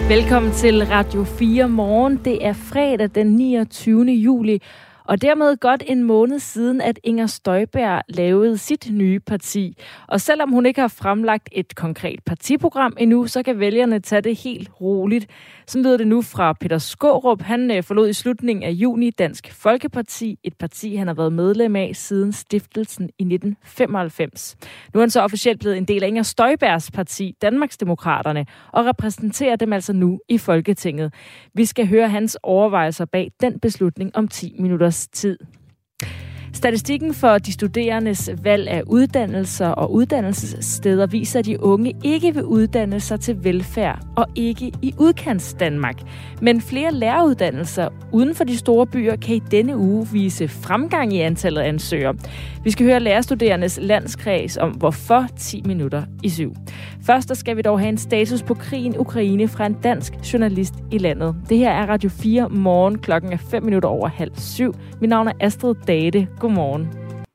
Velkommen til Radio 4 Morgen. Det er fredag den 29. juli, og dermed godt en måned siden, at Inger Støjberg lavede sit nye parti. Og selvom hun ikke har fremlagt et konkret partiprogram endnu, så kan vælgerne tage det helt roligt. Sådan lyder det nu fra Peter Skaarup. Han forlod i slutningen af juni Dansk Folkeparti, et parti, han har været medlem af siden stiftelsen i 1995. Nu er han så officielt blevet en del af Inger Støjbergs parti, Danmarksdemokraterne, og repræsenterer dem altså nu i Folketinget. Vi skal høre hans overvejelser bag den beslutning om 10 minutters tid. Statistikken for de studerendes valg af uddannelser og uddannelsessteder viser, at de unge ikke vil uddanne sig til velfærd og ikke i udkants Danmark. Men flere læreruddannelser uden for de store byer kan i denne uge vise fremgang i antallet af ansøgere. Vi skal høre lærerstuderendes landskreds om hvorfor 10 minutter i 7. Først skal vi dog have en status på krigen i Ukraine fra en dansk journalist i landet. Det her er Radio 4 Morgen. Klokken er 5 minutter over halv 7. Mit navn er Astrid Date. Godmorgen.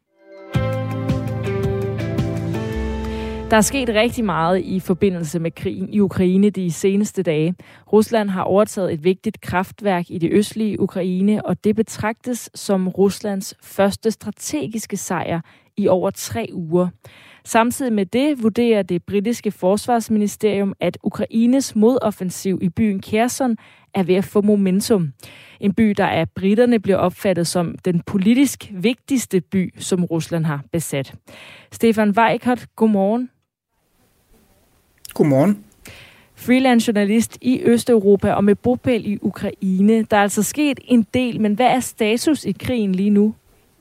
Der er sket rigtig meget i forbindelse med krigen i Ukraine de seneste dage. Rusland har overtaget et vigtigt kraftværk i det østlige Ukraine, og det betragtes som Ruslands første strategiske sejr i over 3 uger. Samtidig med det vurderer det britiske forsvarsministerium, at Ukraines modoffensiv i byen Kherson er ved at få momentum. En by, der af briterne bliver opfattet som den politisk vigtigste by, som Rusland har besat. Stefan Weikert, godmorgen. Godmorgen. Freelance journalist i Østeuropa og med bopæl i Ukraine. Der er altså sket en del, men hvad er status i krigen lige nu?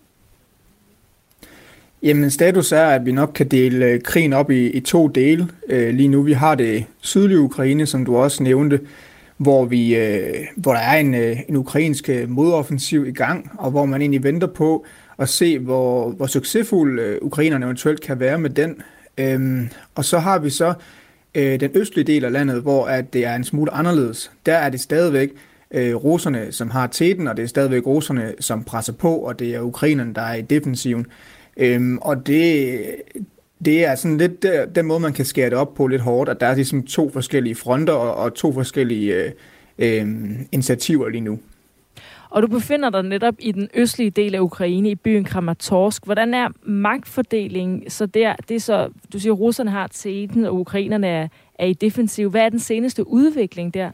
Jamen, status er, at vi nok kan dele krigen op i 2 dele. Lige nu, vi har det sydlige Ukraine, som du også nævnte, hvor der er en ukrainsk modoffensiv i gang, og hvor man egentlig venter på at se, hvor succesfuld ukrainerne eventuelt kan være med den. Og så har vi så den østlige del af landet, hvor at det er en smule anderledes. Der er det stadigvæk russerne, som har teten, og det er stadigvæk russerne, som presser på, og det er ukrainerne, der er i defensiven. Og det er sådan lidt den måde, man kan skære det op på lidt hårdt, at der er ligesom 2 forskellige fronter og 2 forskellige initiativer lige nu. Og du befinder dig netop i den østlige del af Ukraine, i byen Kramatorsk. Hvordan er magtfordelingen så der? Det er så, du siger, russerne har teten, og ukrainerne er i defensiv. Hvad er den seneste udvikling der?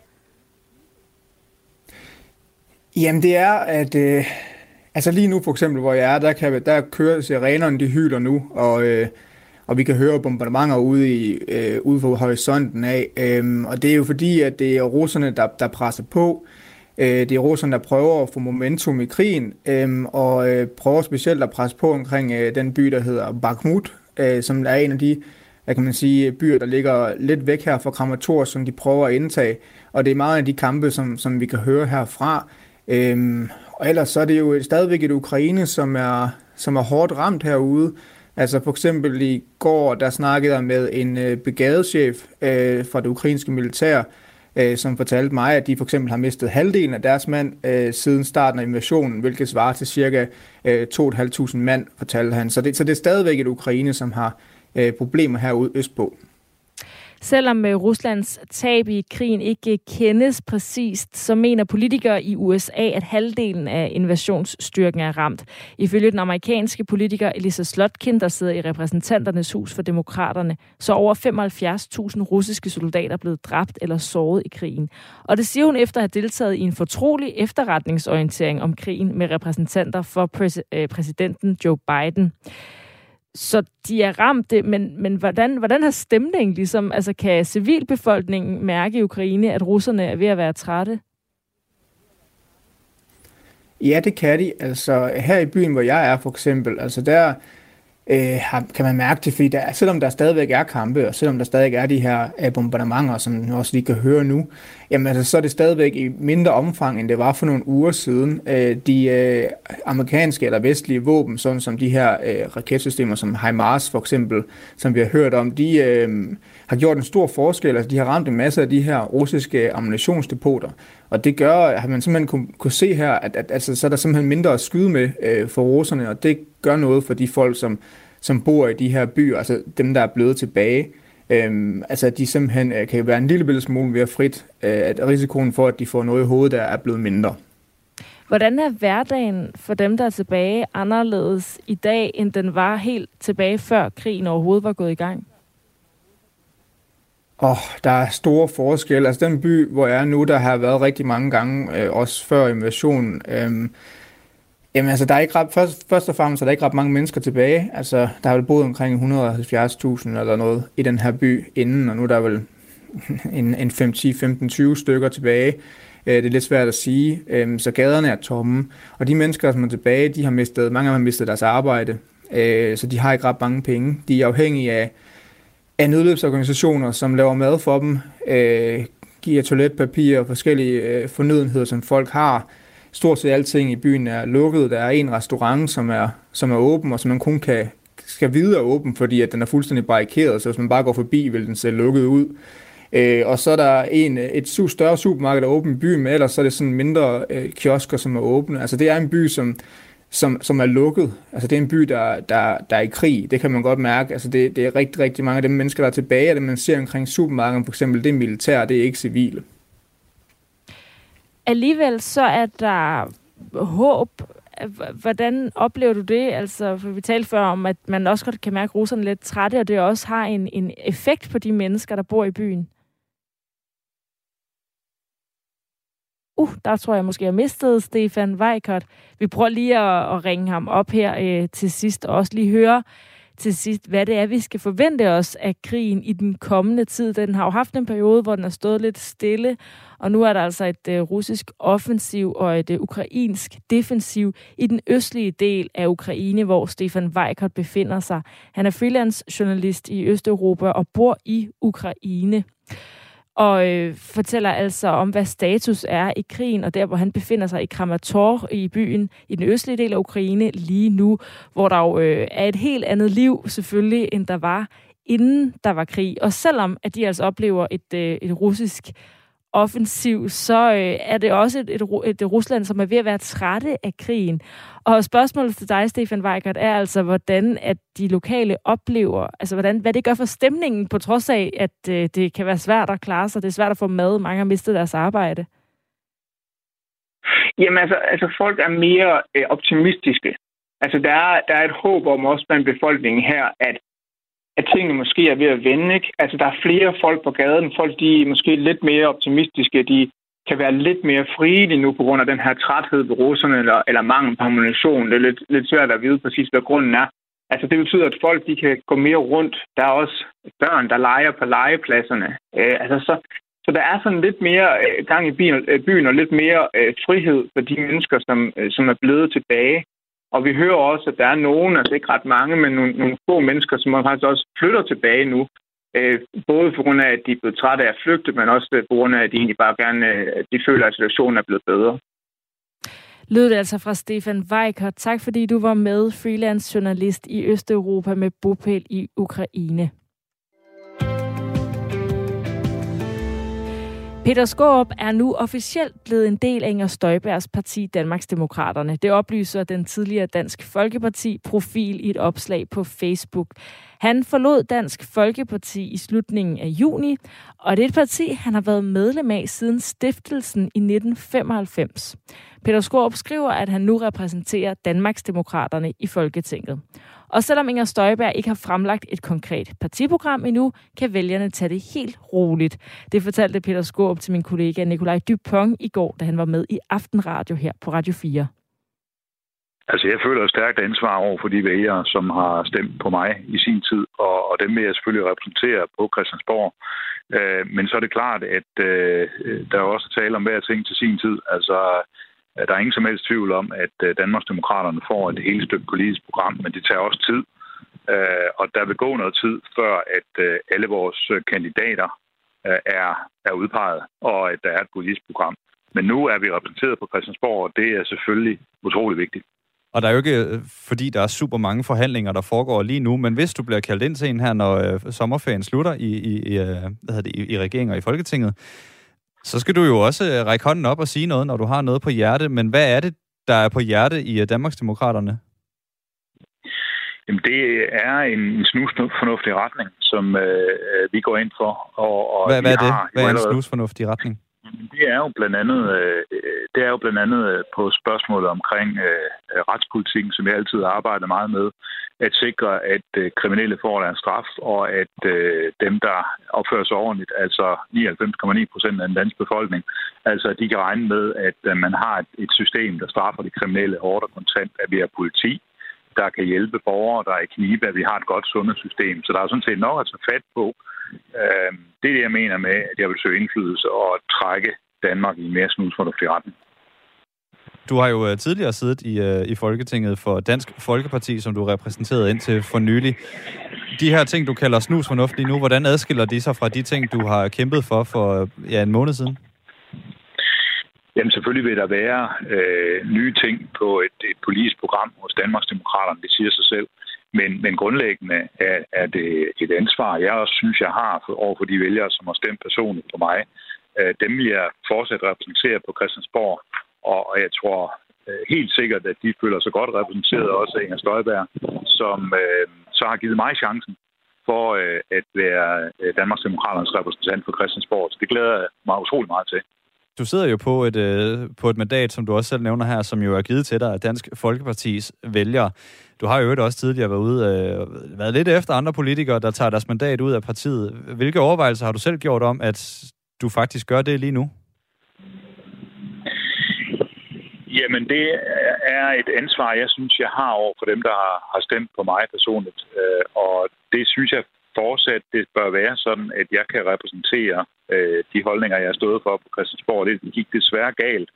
Jamen det er, at altså lige nu for eksempel, hvor jeg er, der kører sirenerne, de hyler nu, og vi kan høre bombardementer ude på horisonten af. Og det er jo fordi, at det er russerne, der presser på. Det er russerne, der prøver at få momentum i krigen, og prøver specielt at presse på omkring den by, der hedder Bakhmut, som er en af de, hvad kan man sige, byer, der ligger lidt væk her fra Kramatorsk, som de prøver at indtage. Og det er meget af de kampe, som vi kan høre herfra. Og ellers så er det jo stadigvæk et Ukraine, som er hårdt ramt herude. Altså for eksempel i går, der snakkede jeg med en brigadechef fra det ukrainske militær, som fortalte mig, at de for eksempel har mistet halvdelen af deres mand siden starten af invasionen, hvilket svarer til cirka 2.500 mand, fortalte han. Så det er stadigvæk et Ukraine, som har problemer herude østpå. Selvom Ruslands tab i krigen ikke kendes præcist, så mener politikere i USA, at halvdelen af invasionsstyrken er ramt. Ifølge den amerikanske politiker Elissa Slotkin, der sidder i repræsentanternes hus for demokraterne, så over 75.000 russiske soldater er blevet dræbt eller såret i krigen. Og det siger hun efter at have deltaget i en fortrolig efterretningsorientering om krigen med repræsentanter for præsidenten Joe Biden. Så de er ramte, men hvordan har stemningen ligesom? Altså kan civilbefolkningen mærke i Ukraine, at russerne er ved at være trætte? Ja, det kan de. Altså her i byen, hvor jeg er for eksempel, altså der kan man mærke det, fordi selvom der stadigvæk er kampe, og selvom der stadig er de her bombardementer, som man også lige kan høre nu, jamen altså, så er det stadigvæk i mindre omfang, end det var for nogle uger siden. De amerikanske eller vestlige våben, sådan som de her raketsystemer som HIMARS for eksempel, som vi har hørt om, de har gjort en stor forskel. Altså, de har ramt en masse af de her russiske ammunitionsdepoter, og det gør, at man simpelthen kunne se her, at altså, så er der simpelthen mindre at skyde med for russerne, og det gør noget for de folk, som bor i de her byer, altså dem, der er blevet tilbage. Altså at de simpelthen kan være en lille smule mere frit, at risikoen for, at de får noget i hovedet, der er blevet mindre. Hvordan er hverdagen for dem, der er tilbage, anderledes i dag, end den var helt tilbage, før krigen overhovedet var gået i gang? Der er store forskelle. Altså den by, hvor jeg er nu, der har været rigtig mange gange, også før invasionen. Jamen altså, der er ikke først og fremmest er der ikke ret mange mennesker tilbage. Altså, der har vel boet omkring 170.000 eller noget i den her by inden, og nu er der vel en 5, 10, 15, 20 stykker tilbage. Det er lidt svært at sige. Så gaderne er tomme, og de mennesker, som er tilbage, mange af dem har mistet deres arbejde, så de har ikke ret mange penge. De er afhængige af nødhjælpsorganisationer, som laver mad for dem, giver toiletpapir og forskellige fornødenheder, som folk har. Stort set alting i byen er lukket. Der er en restaurant, som er åben, og som man kun skal videre åben, fordi at den er fuldstændig barrikeret, så hvis man bare går forbi, vil den se lukket ud. Og så er der et større supermarked, der er åbent i byen, men ellers så er det sådan mindre kiosker, som er åbne. Altså det er en by, som er lukket. Altså det er en by, der er i krig. Det kan man godt mærke. Altså det er rigtig, rigtig mange af de mennesker, der er tilbage, og det man ser omkring supermarkedet, for eksempel, det er militær, det er ikke civile. Alligevel så er der håb. Hvordan oplever du det? Altså, for vi talte før om, at man også godt kan mærke russerne lidt trætte, og det også har en effekt på de mennesker, der bor i byen. Der tror jeg måske, jeg mistede Stefan Weikert. Vi prøver lige at ringe ham op her til sidst, og også lige høre til sidst, hvad det er, vi skal forvente os af krigen i den kommende tid. Den har jo haft en periode, hvor den har stået lidt stille, og nu er der altså et russisk offensiv og et ukrainsk defensiv i den østlige del af Ukraine, hvor Stefan Weikert befinder sig. Han er freelance journalist i Østeuropa og bor i Ukraine. Og fortæller altså om, hvad status er i krigen, og der, hvor han befinder sig i Kramatorsk i byen, i den østlige del af Ukraine lige nu, hvor der jo er et helt andet liv selvfølgelig, end der var, inden der var krig. Og selvom at de altså oplever et russisk offensiv, så er det også et Rusland, som er ved at være trætte af krigen. Og spørgsmålet til dig, Stefan Weikert, er altså, hvordan at de lokale oplever, altså hvad det gør for stemningen, på trods af, at det kan være svært at klare sig, det er svært at få mad, mange har mistet deres arbejde. Jamen altså folk er mere optimistiske. Altså der er et håb om også blandt befolkningen her, at tingene måske er ved at vende, ikke? Altså, der er flere folk på gaden. Folk, de er måske lidt mere optimistiske. De kan være lidt mere frie lige nu på grund af den her træthed ved russerne eller mangel på ammunition. Det er lidt svært at vide præcis, hvad grunden er. Altså, det betyder, at folk, de kan gå mere rundt. Der er også børn, der leger på legepladserne. Så der er sådan lidt mere gang i byen og lidt mere frihed for de mennesker, som er blevet tilbage. Og vi hører også, at der er nogen, altså ikke ret mange, men nogle få mennesker, som faktisk også flytter tilbage nu. Både på grund af, at de er blevet trætte af at flygte, men også på grund af, at de egentlig bare gerne de føler, at situationen er blevet bedre. Lød det altså fra Stefan Weikert. Tak fordi du var med, freelance journalist i Østeuropa med bopæl i Ukraine. Peter Skaarup er nu officielt blevet en del af Inger Støjbergs parti Danmarksdemokraterne. Det oplyser den tidligere Dansk Folkeparti-profil i et opslag på Facebook. Han forlod Dansk Folkeparti i slutningen af juni, og det er et parti, han har været medlem af siden stiftelsen i 1995. Peter Skaarup skriver, at han nu repræsenterer Danmarksdemokraterne i Folketinget. Og selvom Inger Støjberg ikke har fremlagt et konkret partiprogram endnu, kan vælgerne tage det helt roligt. Det fortalte Peter Skaarup til min kollega Nikolaj Dupont i går, da han var med i Aftenradio her på Radio 4. Altså, jeg føler et stærkt ansvar over for de vælgere, som har stemt på mig i sin tid, og dem vil jeg selvfølgelig repræsentere på Christiansborg. Men så er det klart, at der er også tale om hver ting til sin tid. Altså, der er ingen som helst tvivl om, at Danmarksdemokraterne får et helt stykke politisk program, men det tager også tid. Og der vil gå noget tid, før at alle vores kandidater er udpeget, og at der er et politisk program. Men nu er vi repræsenteret på Christiansborg, og det er selvfølgelig utrolig vigtigt. Og der er jo ikke, fordi der er super mange forhandlinger, der foregår lige nu, men hvis du bliver kaldt ind til en her, når sommerferien slutter i regeringen og i Folketinget, så skal du jo også række hånden op og sige noget, når du har noget på hjerte. Men hvad er det, der er på hjerte i Danmarksdemokraterne? Jamen, det er en snusfornuftig retning, som vi går ind for. Og hvad er det? Hvad er en snusfornuftig retning? Det er jo blandt andet på spørgsmålet omkring retspolitikken, som jeg altid arbejder meget med, at sikre, at kriminelle får deres straf, og at dem, der opfører sig ordentligt, altså 99,9% af den danske befolkning, altså de kan regne med, at man har et system, der straffer de kriminelle hårdt og kontant, at vi har politi, der kan hjælpe borgere, der er i knibe, at vi har et godt sundhedssystem. Så der er sådan set nok at tage fat på. Det er det, jeg mener med, at jeg vil søge indflydelse og trække Danmark i en mere snusfornuftig retning. Du har jo tidligere siddet i Folketinget for Dansk Folkeparti, som du repræsenterede indtil for nylig. De her ting, du kalder snusfornuftige nu, hvordan adskiller de sig fra de ting, du har kæmpet for en måned siden? Jamen selvfølgelig vil der være nye ting på et politisk program hos Danmarksdemokraterne, det siger sig selv. Men grundlæggende er det et ansvar, jeg også synes, jeg har over for de vælgere, som har stemt personligt på mig. Dem vil jeg fortsat repræsentere på Christiansborg, og jeg tror helt sikkert, at de føler sig godt repræsenteret også af Inger Støjberg, som så har givet mig chancen for at være Danmarksdemokraternes repræsentant for Christiansborg. Så det glæder jeg mig utrolig meget til. Du sidder jo på et mandat, som du også selv nævner her, som jo er givet til dig af Dansk Folkepartis vælgere. Du har jo også tidligere været lidt efter andre politikere, der tager deres mandat ud af partiet. Hvilke overvejelser har du selv gjort om, at du faktisk gør det lige nu? Jamen, det er et ansvar, jeg synes, jeg har over for dem, der har stemt på mig personligt. Og det synes jeg fortsat, det bør være sådan, at jeg kan repræsentere de holdninger, jeg har stået for på Christiansborg. Det gik desværre galt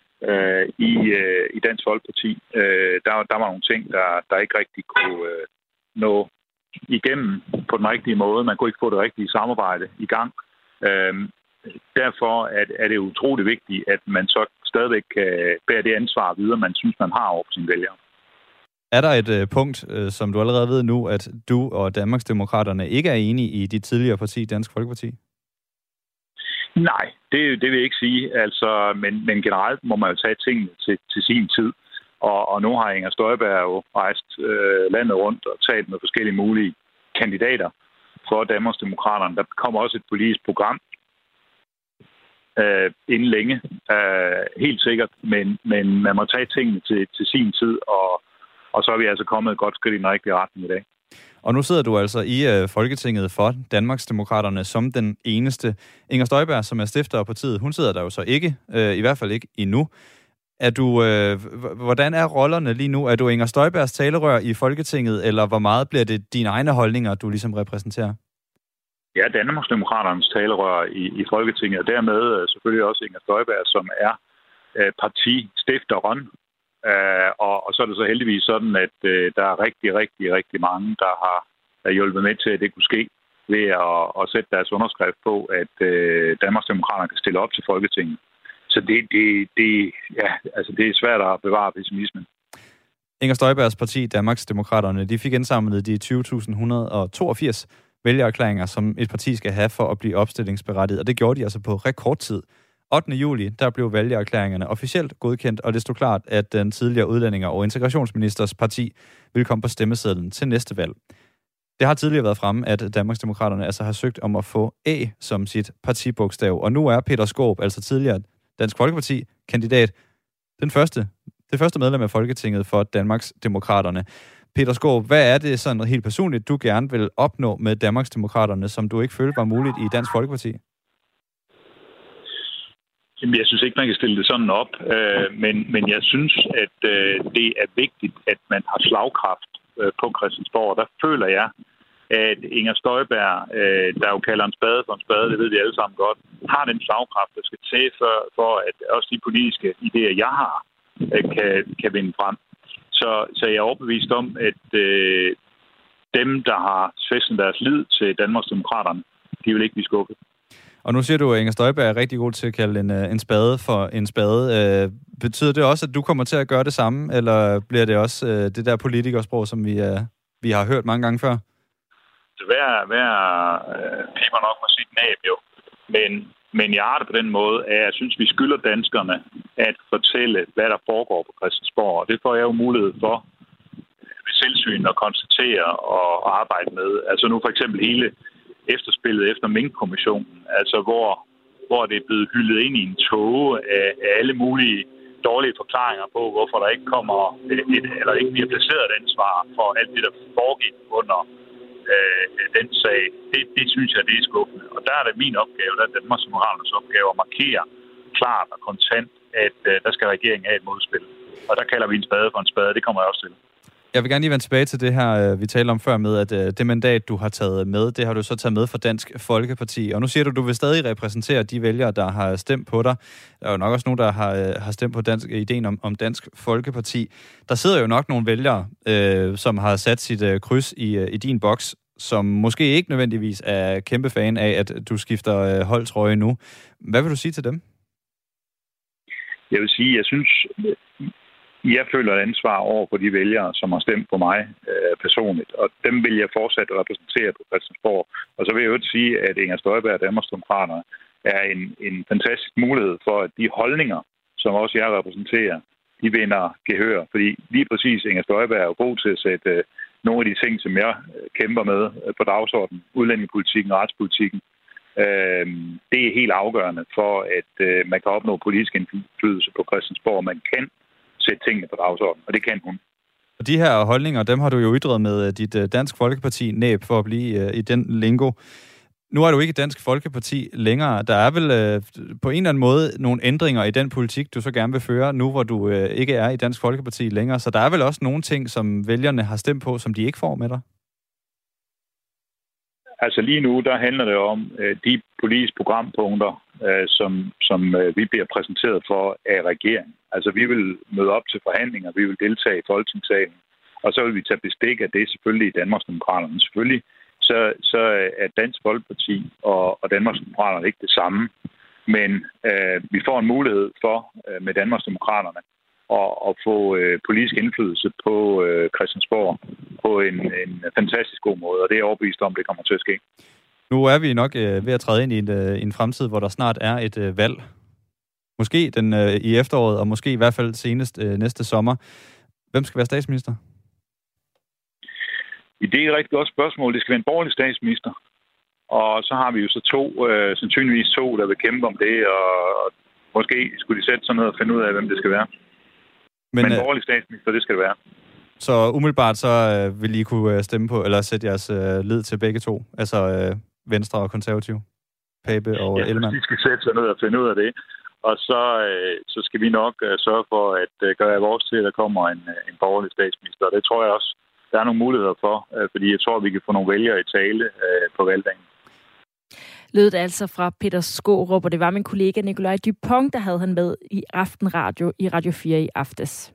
i Dansk Folkeparti. Der var nogle ting, der ikke rigtig kunne nå igennem på den rigtige måde. Man kunne ikke få det rigtige samarbejde i gang. Derfor er det utroligt vigtigt, at man så stadigvæk kan bære det ansvar videre, man synes, man har over for sine vælgere. Er der et punkt, som du allerede ved nu, at du og Danmarksdemokraterne ikke er enige i dit tidligere parti, Dansk Folkeparti? Nej, det vil jeg ikke sige. Altså, men generelt må man jo tage tingene til sin tid. Og nu har Inger Støjberg jo rejst landet rundt og talt med forskellige mulige kandidater for Danmarksdemokraterne. Der kommer også et politisk program inden længe, helt sikkert. Men man må tage tingene til sin tid, og så er vi altså kommet et godt skridt i den rigtige retning i dag. Og nu sidder du altså i Folketinget for Danmarksdemokraterne som den eneste. Inger Støjberg, som er stifter af partiet, hun sidder der jo så ikke, i hvert fald ikke endnu. Hvordan er rollerne lige nu? Er du Inger Støjbergs talerør i Folketinget, eller hvor meget bliver det dine egne holdninger, du ligesom repræsenterer? Jeg er Danmarksdemokraternes talerør i Folketinget, og dermed selvfølgelig også Inger Støjberg, som er partistifteren. Og så er det så heldigvis sådan, at der er rigtig, rigtig, rigtig mange, der har hjulpet med til, at det kunne ske ved at sætte deres underskrift på, at Danmarksdemokraterne kan stille op til Folketinget. Så det er svært at bevare pessimismen. Inger Støjbergs parti, Danmarksdemokraterne, de fik indsamlet de 20.182 vælgererklæringer, som et parti skal have for at blive opstillingsberettiget, og det gjorde de altså på rekordtid. 8. juli, der blev vælgererklæringerne officielt godkendt, og det stod klart, at den tidligere udlændinge- og integrationsministers parti vil komme på stemmesedlen til næste valg. Det har tidligere været fremme, at Danmarksdemokraterne altså har søgt om at få A som sit partibogstav, og nu er Peter Skaarup, altså tidligere Dansk Folkeparti-kandidat, det første medlem af Folketinget for Danmarksdemokraterne. Peter Skaarup, hvad er det sådan helt personligt, du gerne vil opnå med Danmarksdemokraterne, som du ikke følte var muligt i Dansk Folkeparti? Jeg synes ikke, man kan stille det sådan op, men jeg synes, at det er vigtigt, at man har slagkraft på Christiansborg. Der føler jeg, at Inger Støjberg, der jo kalder en spade for en spade, det ved vi alle sammen godt, har den slagkraft, der skal til for at også de politiske idéer, jeg har, kan vinde frem. Så jeg er overbevist om, at dem, der har fæstet deres lid til Danmarksdemokraterne, de vil ikke blive skubbet. Og nu siger du, at Inger Støjberg er rigtig god til at kalde en spade for en spade. Betyder det også, at du kommer til at gøre det samme, eller bliver det også det der politikersprog, som vi har hørt mange gange før? Hver piper nok med sit næb jo. Men jeg har det på den måde, at jeg synes, vi skylder danskerne at fortælle, hvad der foregår på Christiansborg. Og det får jeg jo mulighed for, hvis selvsyn og konstatere og arbejde med. Altså nu for eksempel hele efterspillet efter Mink-kommissionen, altså hvor det er blevet hyldet ind i en tåge af alle mulige dårlige forklaringer på, hvorfor der ikke kommer eller ikke bliver placeret et ansvar for alt det, der foregik under den sag. Det synes jeg, det er skuffende. Og der er det min opgave, der er Danmarksdemokraternes opgave at markere klart og kontant, at der skal regeringen have et modspil. Og der kalder vi en spade for en spade, det kommer jeg også til. Jeg vil gerne lige vende tilbage til det her, vi talte om før med, at det mandat, du har taget med, det har du så taget med fra Dansk Folkeparti. Og nu siger du vil stadig repræsentere de vælgere, der har stemt på dig. Der er jo nok også nogen, der har stemt på ideen om Dansk Folkeparti. Der sidder jo nok nogle vælgere, som har sat sit kryds i din boks, som måske ikke nødvendigvis er kæmpe fan af, at du skifter holdtrøje nu. Hvad vil du sige til dem? Jeg vil sige, jeg synes, jeg føler et ansvar over for de vælgere, som har stemt på mig personligt, og dem vil jeg fortsat repræsentere på Christiansborg. Og så vil jeg jo sige, at Inger Støjberg og Danmarksdemokraterne er en fantastisk mulighed for, at de holdninger, som også jeg repræsenterer, de vinder gehør. Fordi lige præcis Inger Støjberg er jo god til at sætte nogle af de ting, som jeg kæmper med på dagsordenen, udlændingepolitikken og retspolitikken. Det er helt afgørende for, at man kan opnå politisk indflydelse på Christiansborg. Man kan sætte tingene på dagsordenen, og det kan hun. Og de her holdninger, dem har du jo ytret med dit Dansk Folkeparti-næb for at blive i den lingo. Nu er du ikke Dansk Folkeparti længere. Der er vel på en eller anden måde nogle ændringer i den politik, du så gerne vil føre, nu hvor du ikke er i Dansk Folkeparti længere. Så der er vel også nogle ting, som vælgerne har stemt på, som de ikke får med dig? Altså lige nu, der handler det om de politiske programpunkter, som vi bliver præsenteret for af regeringen. Altså vi vil møde op til forhandlinger, vi vil deltage i Folketingssalen, og så vil vi tage bestik af det selvfølgelig i Danmarksdemokraterne. Selvfølgelig så er Dansk Folkeparti og Danmarksdemokraterne ikke det samme, men vi får en mulighed for med Danmarksdemokraterne at få politisk indflydelse på Christiansborg på en fantastisk god måde, og det er jeg overbevist om, det kommer til at ske. Nu er vi nok ved at træde ind i en fremtid, hvor der snart er et valg. Måske i efteråret, og måske i hvert fald senest næste sommer. Hvem skal være statsminister? Det er et rigtig godt spørgsmål. Det skal være en borgerlig statsminister. Og så har vi jo så sandsynligvis to, der vil kæmpe om det, og måske skulle de sætte sig ned og finde ud af, hvem det skal være. Men en borgerlig statsminister, det skal det være. Så umiddelbart så vil I kunne stemme på, eller sætte jeres lid til begge to? Altså Venstre og Konservative? Pape og Ellemann? Ja, de skal sætte sig ned og finde ud af det. Og så skal vi nok sørge for at gøre vores til, at der kommer en borgerlig statsminister. Og det tror jeg også, der er nogle muligheder for, fordi jeg tror, vi kan få nogle vælgere i tale på valgdagen. Lød det altså fra Peter Skaarup, og det var min kollega Nikolaj Dupont, der havde han med i Aftenradio i Radio 4 i aftes.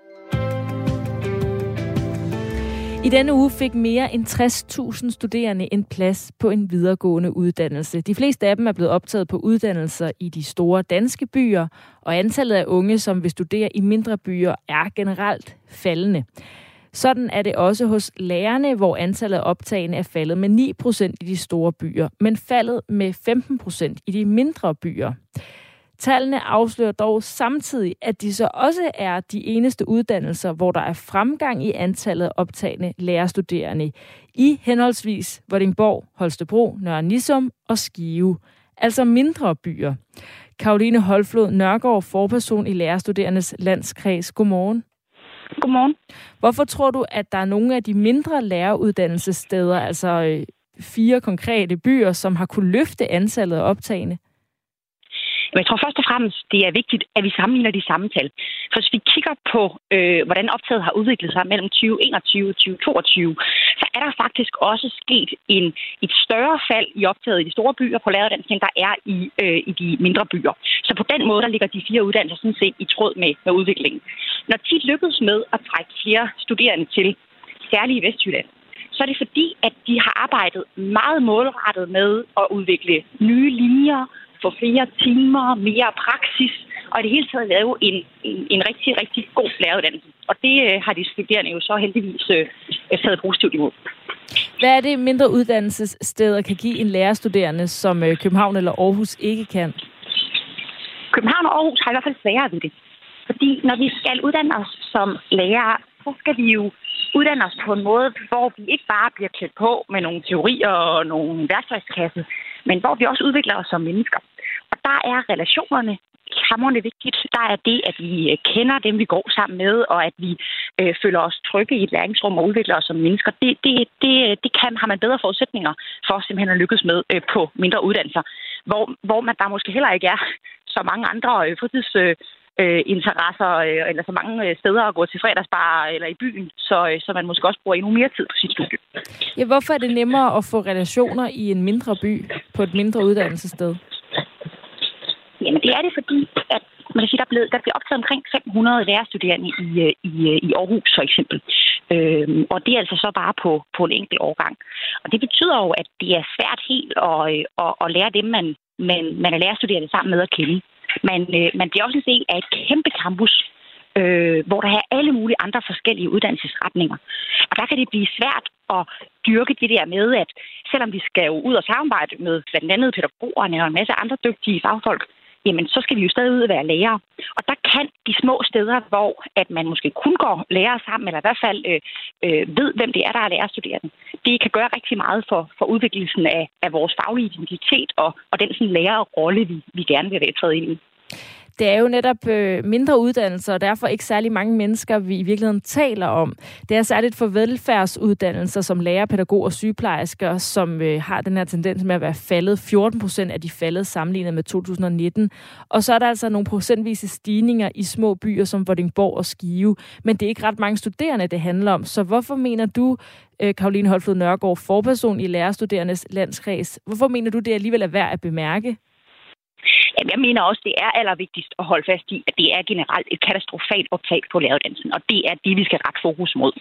I denne uge fik mere end 60.000 studerende en plads på en videregående uddannelse. De fleste af dem er blevet optaget på uddannelser i de store danske byer, og antallet af unge, som vil studere i mindre byer, er generelt faldende. Sådan er det også hos lærerne, hvor antallet af optagende er faldet med 9% i de store byer, men faldet med 15% i de mindre byer. Tallene afslører dog samtidig, at de så også er de eneste uddannelser, hvor der er fremgang i antallet af optagne lærerstuderende i henholdsvis Vordingborg, Holstebro, Nørre Nissum og Skive, altså mindre byer. Caroline Holflod Nørgaard, forperson i Lærerstuderendes Landskreds. Godmorgen. Godmorgen. Hvorfor tror du, at der er nogle af de mindre læreruddannelsessteder, altså 4 konkrete byer, som har kunne løfte antallet af optagende? Men jeg tror først og fremmest, det er vigtigt, at vi sammenligner de samme tal. For hvis vi kigger på, hvordan optaget har udviklet sig mellem 2021 og 2022, så er der faktisk også sket et større fald i optaget i de store byer på læreruddannelsen, end der er i de mindre byer. Så på den måde, der ligger de 4 uddannelser sådan set i tråd med udviklingen. Når TIT lykkedes med at trække flere studerende til, særligt i Vestjylland, så er det fordi, at de har arbejdet meget målrettet med at udvikle nye linjer, få flere timer, mere praksis, og i det hele taget lave en rigtig, rigtig god læreruddannelse. Og det har de studerende jo så heldigvis taget positivt imod. Hvad er det, mindre uddannelsessteder kan give en lærerstuderende, som København eller Aarhus ikke kan? København og Aarhus har i hvert fald sværere ved det. Fordi når vi skal uddanne os som lærere, så skal vi jo uddanne os på en måde, hvor vi ikke bare bliver klædt på med nogle teorier og nogle værktøjskasse, men hvor vi også udvikler os som mennesker. Og der er relationerne hamrende vigtigt. Der er det, at vi kender dem, vi går sammen med, og at vi føler os trygge i et læringsrum og udvikler os som mennesker. Det har man bedre forudsætninger for simpelthen at lykkes med på mindre uddannelser, hvor man der måske heller ikke er så mange andre interesser eller så mange steder at gå til fredagsbar eller i byen, så man måske også bruger endnu mere tid på sit studie. Ja, hvorfor er det nemmere at få relationer i en mindre by på et mindre uddannelsessted? Jamen det er det, fordi at man kan sige, der bliver optaget omkring 500 lærerstuderende i Aarhus for eksempel. Og det er altså så bare på en enkelt årgang. Og det betyder jo, at det er svært helt at lære dem, man er lærerstuderende sammen med at kende. Man bliver også en del af et kæmpe campus, hvor der er alle mulige andre forskellige uddannelsesretninger. Og der kan det blive svært at dyrke det der med, at selvom vi skal jo ud og samarbejde med blandt andet pædagogerne og en masse andre dygtige fagfolk, jamen så skal vi jo stadig ud og være lærere. Og der kan de små steder, hvor at man måske kun går lærere sammen, eller i hvert fald ved, hvem det er, der er lærerstuderende, det kan gøre rigtig meget for udviklingen af vores faglige identitet og den sådan lærerrolle, vi gerne vil træde ind i. Det er jo netop mindre uddannelser, og derfor ikke særlig mange mennesker, vi i virkeligheden taler om. Det er særligt for velfærdsuddannelser som lærer, pædagog og sygeplejersker, som har den her tendens med at være faldet. 14% af de faldet sammenlignet med 2019. Og så er der altså nogle procentvise stigninger i små byer som Vordingborg og Skive. Men det er ikke ret mange studerende, det handler om. Så hvorfor mener du, Caroline Holflod Nørgaard, forperson i Lærerstuderendes Landskreds, hvorfor mener du, det alligevel er værd at bemærke? Jamen, jeg mener også, det er allervigtigst at holde fast i, at det er generelt et katastrofalt optag på læreruddannelsen, og det er det, vi skal rette fokus mod.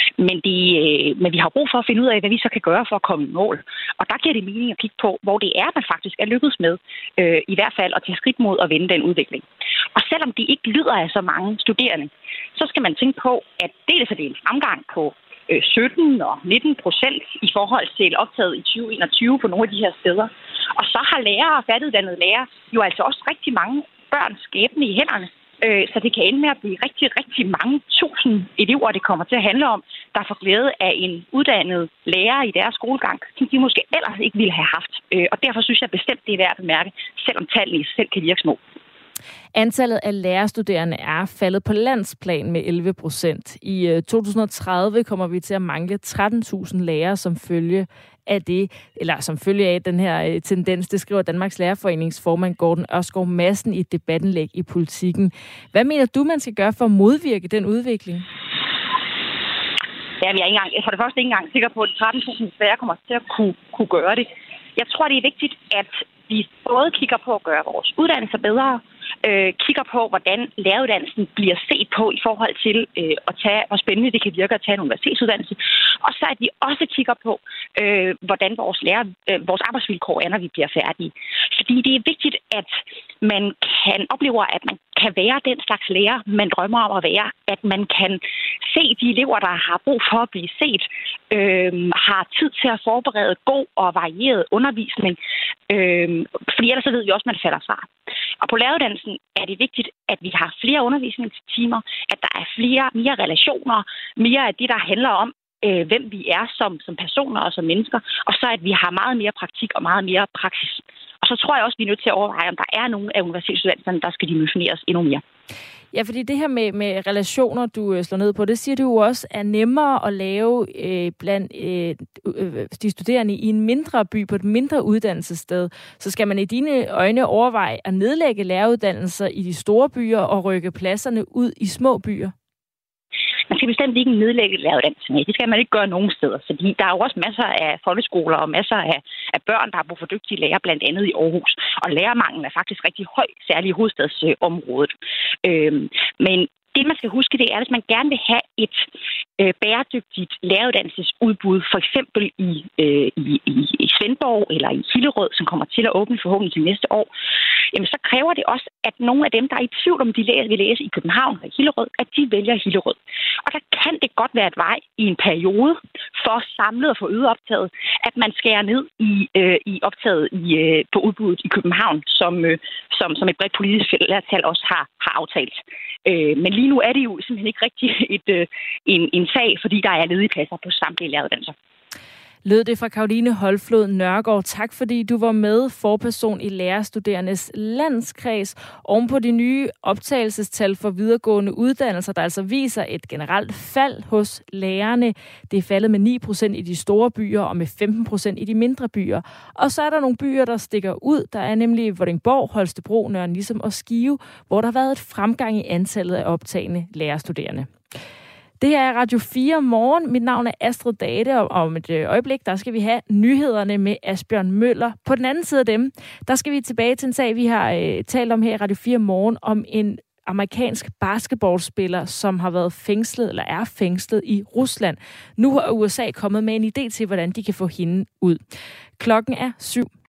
Men vi har brug for at finde ud af, hvad vi så kan gøre for at komme i mål. Og der giver det mening at kigge på, hvor det er, man faktisk er lykkedes med, i hvert fald at tage skridt mod at vende den udvikling. Og selvom det ikke lyder af så mange studerende, så skal man tænke på, at dels er det en fremgang på 17 og 19% i forhold til optaget i 2021 på nogle af de her steder. Og så har lærere og færdiguddannede lærere jo altså også rigtig mange børns skæbne i hænderne. Så det kan ende med at blive rigtig, rigtig mange tusind elever, det kommer til at handle om, der får glæde af en uddannet lærer i deres skolegang, som de måske ellers ikke ville have haft. Og derfor synes jeg bestemt, det er værd at bemærke, selvom tallene selv kan virke små. Antallet af lærerstuderende er faldet på landsplan med 11%. I 2030 kommer vi til at mangle 13.000 lærere som følge af det, eller som følge af den her tendens, det skriver Danmarks Lærerforenings formand Gordon Ørskov Madsen i et debatindlæg i Politikken. Hvad mener du, man skal gøre for at modvirke den udvikling? Ja, jeg er for det første ikke engang sikker på, at 13.000 lærere kommer til at kunne gøre det. Jeg tror, det er vigtigt, at vi både kigger på at gøre vores uddannelser bedre, kigger på, hvordan læreruddannelsen bliver set på i forhold til at tage, hvor spændende det kan virke at tage en universitetsuddannelse, og så at vi også kigger på, hvordan vores arbejdsvilkår er, når vi bliver færdige. Fordi det er vigtigt, at man kan opleve, at man kan være den slags lærer, man drømmer om at være, at man kan se de elever, der har brug for at blive set, har tid til at forberede god og varieret undervisning, fordi ellers så ved vi også, at man falder fra. Og på læreruddannelsen er det vigtigt, at vi har flere undervisningstimer, at der er mere relationer, mere af det, der handler om, hvem vi er som personer og som mennesker, og så at vi har meget mere praktik og meget mere praksis. Og så tror jeg også, vi er nødt til at overveje, om der er nogle af universitetsuddannelserne, der skal dimensioneres endnu mere. Ja, fordi det her med relationer, du slår ned på, det siger du jo også er nemmere at lave blandt de studerende i en mindre by, på et mindre uddannelsessted. Så skal man i dine øjne overveje at nedlægge læreruddannelser i de store byer og rykke pladserne ud i små byer? Man skal bestemt ikke nedlægge læreruddannelsen. Det skal man ikke gøre nogen steder, fordi der er jo også masser af folkeskoler og masser af børn, der har brug for dygtige lærere, blandt andet i Aarhus. Og lærermanglen er faktisk rigtig høj, særligt i hovedstadsområdet. Men det, man skal huske, det er, at hvis man gerne vil have et bæredygtigt læreruddannelsesudbud, for eksempel i Svendborg eller i Hillerød, som kommer til at åbne forhåbentlig til næste år, jamen så kræver det også, at nogle af dem, der er i tvivl om de vil læse i København eller Hillerød, at de vælger Hillerød. Og der kan det godt være et vej i en periode for samlet at få øget optaget, at man skærer ned i optaget på udbuddet i København, som et bredt politisk flertal også har aftalt. Men lige nu er det jo simpelthen ikke rigtig en sag, fordi der er ledige pladser på samtlige læreruddannelser. Lød det fra Caroline Holflod Nørgaard. Tak fordi du var med, forperson i Lærerstuderendes Landskreds, oven på de nye optagelsestal for videregående uddannelser, der altså viser et generelt fald hos lærerne. Det er faldet med 9% i de store byer og med 15% i de mindre byer. Og så er der nogle byer, der stikker ud. Der er nemlig Vordingborg, Holstebro, Nørre Nissum og Skive, hvor der har været et fremgang i antallet af optagne lærerstuderende. Det her er Radio 4 Morgen. Mit navn er Astrid Date, og om et øjeblik, der skal vi have nyhederne med Asbjørn Møller. På den anden side af dem, der skal vi tilbage til en sag, vi har talt om her i Radio 4 Morgen, om en amerikansk basketballspiller, som har været fængslet, eller er fængslet i Rusland. Nu har USA kommet med en idé til, hvordan de kan få hende ud. Klokken er 7.